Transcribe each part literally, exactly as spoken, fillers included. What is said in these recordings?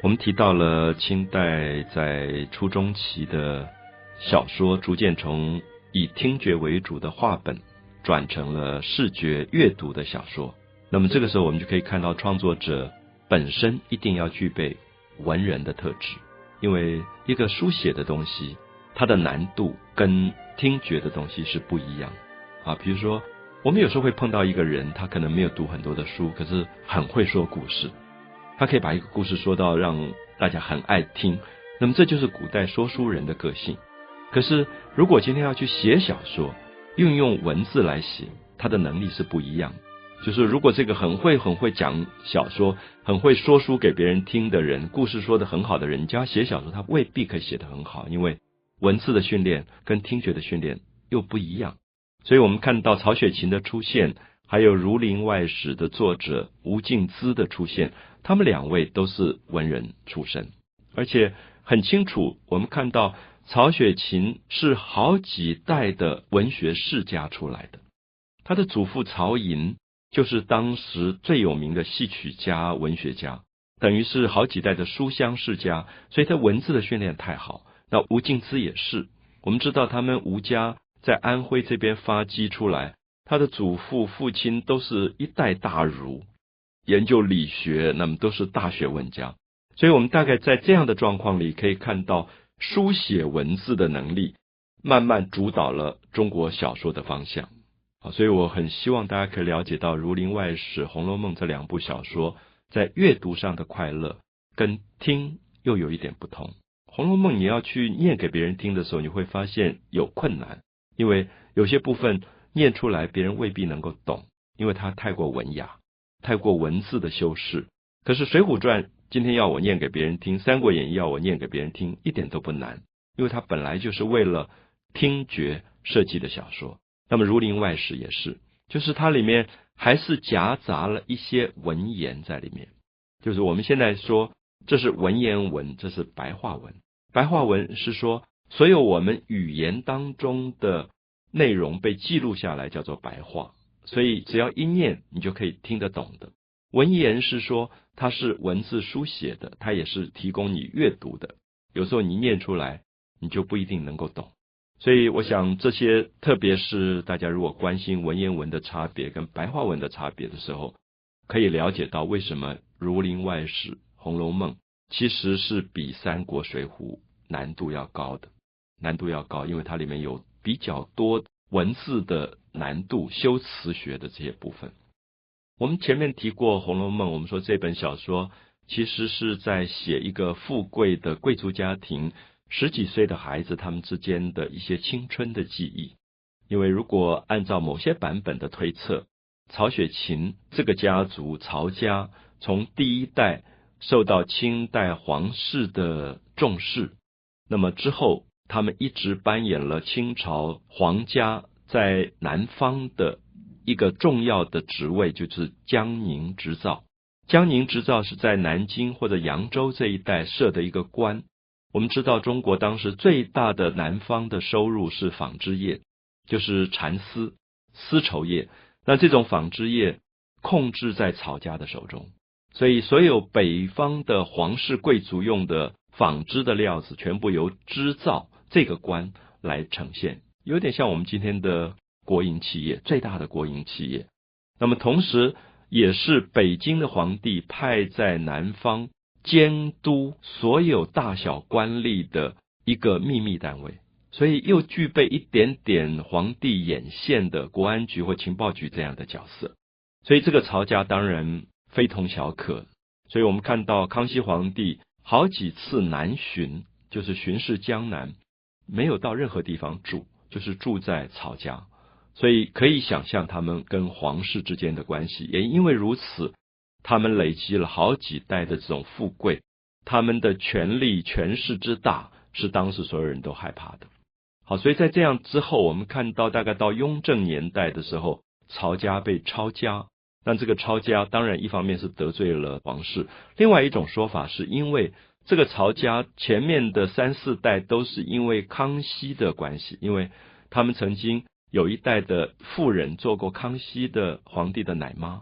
我们提到了清代在初中期的小说逐渐从以听觉为主的话本转成了视觉阅读的小说。那么这个时候我们就可以看到创作者本身一定要具备文人的特质，因为一个书写的东西它的难度跟听觉的东西是不一样啊。比如说我们有时候会碰到一个人，他可能没有读很多的书，可是很会说故事，他可以把一个故事说到让大家很爱听，那么这就是古代说书人的个性。可是如果今天要去写小说，运用文字来写，他的能力是不一样。就是如果这个很会很会讲小说，很会说书给别人听的人，故事说得很好的人，你叫他写小说，他未必可以写得很好，因为文字的训练跟听觉的训练又不一样。所以我们看到曹雪芹的出现，还有《儒林外史》的作者吴敬梓的出现，他们两位都是文人出身，而且很清楚我们看到曹雪芹是好几代的文学世家出来的。他的祖父曹寅就是当时最有名的戏曲家、文学家，等于是好几代的书香世家，所以他文字的训练太好。那吴敬梓也是，我们知道他们吴家在安徽这边发迹出来，他的祖父父亲都是一代大儒，研究理学，那么都是大学问家。所以我们大概在这样的状况里可以看到书写文字的能力慢慢主导了中国小说的方向。所以我很希望大家可以了解到《儒林外史》《红楼梦》这两部小说在阅读上的快乐跟听又有一点不同。《红楼梦》你要去念给别人听的时候，你会发现有困难，因为有些部分念出来别人未必能够懂，因为它太过文雅，太过文字的修饰。可是《水浒传》今天要我念给别人听，《三国演义》要我念给别人听，一点都不难，因为它本来就是为了听觉设计的小说。那么《儒林外史》也是，就是它里面还是夹杂了一些文言在里面，就是我们现在说这是文言文，这是白话文。白话文是说所有我们语言当中的内容被记录下来叫做白话，所以只要一念你就可以听得懂的。文言是说它是文字书写的，它也是提供你阅读的，有时候你念出来你就不一定能够懂。所以我想这些，特别是大家如果关心文言文的差别跟白话文的差别的时候，可以了解到为什么《儒林外史》《红楼梦》其实是比《三国》《水浒》难度要高的，难度要高，因为它里面有比较多文字的难度、修辞学的这些部分。我们前面提过《红楼梦》，我们说这本小说其实是在写一个富贵的贵族家庭十几岁的孩子他们之间的一些青春的记忆。因为如果按照某些版本的推测，曹雪芹这个家族曹家从第一代受到清代皇室的重视，那么之后他们一直扮演了清朝皇家在南方的一个重要的职位，就是江宁织造。江宁织造是在南京或者扬州这一带设的一个官。我们知道中国当时最大的南方的收入是纺织业，就是蚕丝丝绸业，那这种纺织业控制在曹家的手中，所以所有北方的皇室贵族用的纺织的料子全部由织造这个官来呈现，有点像我们今天的国营企业，最大的国营企业。那么同时也是北京的皇帝派在南方监督所有大小官吏的一个秘密单位，所以又具备一点点皇帝眼线的国安局或情报局这样的角色。所以这个曹家当然非同小可，所以我们看到康熙皇帝好几次南巡，就是巡视江南，没有到任何地方住，就是住在曹家。所以可以想象他们跟皇室之间的关系，也因为如此他们累积了好几代的这种富贵，他们的权力权势之大是当时所有人都害怕的。好，所以在这样之后，我们看到大概到雍正年代的时候，曹家被抄家。那这个抄家当然一方面是得罪了皇室，另外一种说法是因为这个曹家前面的三四代都是因为康熙的关系，因为他们曾经有一代的妇人做过康熙的皇帝的奶妈，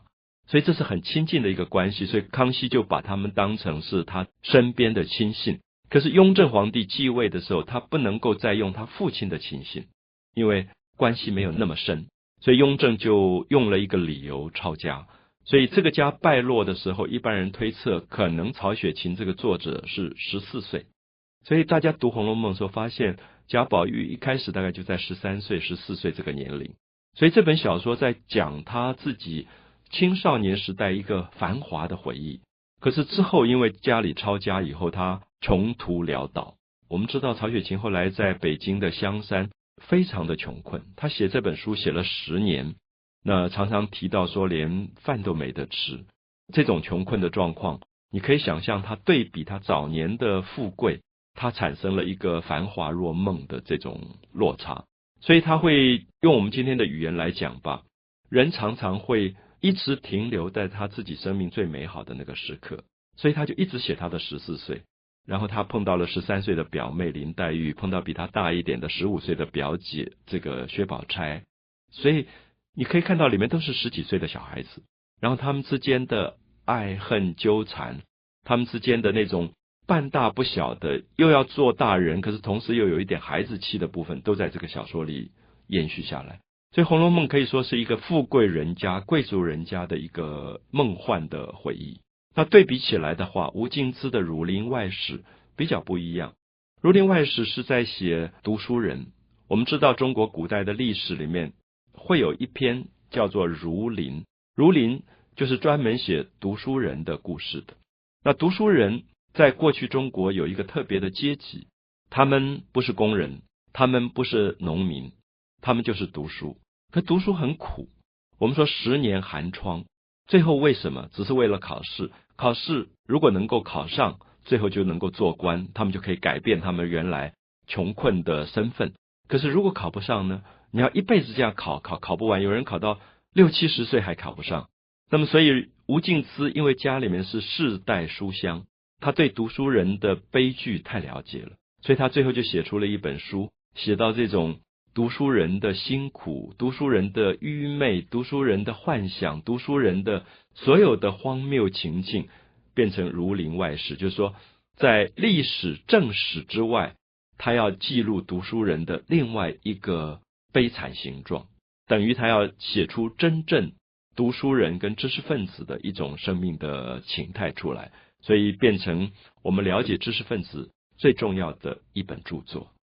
所以这是很亲近的一个关系，所以康熙就把他们当成是他身边的亲信。可是雍正皇帝继位的时候，他不能够再用他父亲的亲信，因为关系没有那么深，所以雍正就用了一个理由抄家。所以这个家败落的时候，一般人推测可能曹雪芹这个作者是十四岁，所以大家读《红楼梦》的时候发现贾宝玉一开始大概就在十三岁、十四岁这个年龄，所以这本小说在讲他自己青少年时代一个繁华的回忆。可是之后因为家里抄家以后，他穷途潦倒。我们知道曹雪芹后来在北京的香山非常的穷困，他写这本书写了十年，那常常提到说连饭都没得吃，这种穷困的状况，你可以想象他对比他早年的富贵，他产生了一个繁华若梦的这种落差。所以他会用我们今天的语言来讲吧，人常常会一直停留在他自己生命最美好的那个时刻，所以他就一直写他的十四岁，然后他碰到了十三岁的表妹林黛玉，碰到比他大一点的十五岁的表姐这个薛宝钗，所以你可以看到里面都是十几岁的小孩子，然后他们之间的爱恨纠缠，他们之间的那种半大不小的，又要做大人，可是同时又有一点孩子气的部分，都在这个小说里延续下来。所以《红楼梦》可以说是一个富贵人家、贵族人家的一个梦幻的回忆。那对比起来的话，吴敬梓的《儒林外史》比较不一样。《儒林外史》是在写读书人，我们知道中国古代的历史里面会有一篇叫做《儒林》，儒林就是专门写读书人的故事的。那读书人在过去中国有一个特别的阶级，他们不是工人，他们不是农民，他们就是读书。可读书很苦，我们说十年寒窗，最后为什么？只是为了考试。考试如果能够考上，最后就能够做官，他们就可以改变他们原来穷困的身份。可是如果考不上呢？你要一辈子这样考，考考不完，有人考到六七十岁还考不上。那么所以吴敬梓因为家里面是世代书香，他对读书人的悲剧太了解了，所以他最后就写出了一本书，写到这种读书人的辛苦，读书人的愚昧，读书人的幻想，读书人的所有的荒谬情境，变成儒林外史，就是说在历史正史之外，他要记录读书人的另外一个悲惨形状，等于他要写出真正读书人跟知识分子的一种生命的情态出来，所以变成我们了解知识分子最重要的一本著作。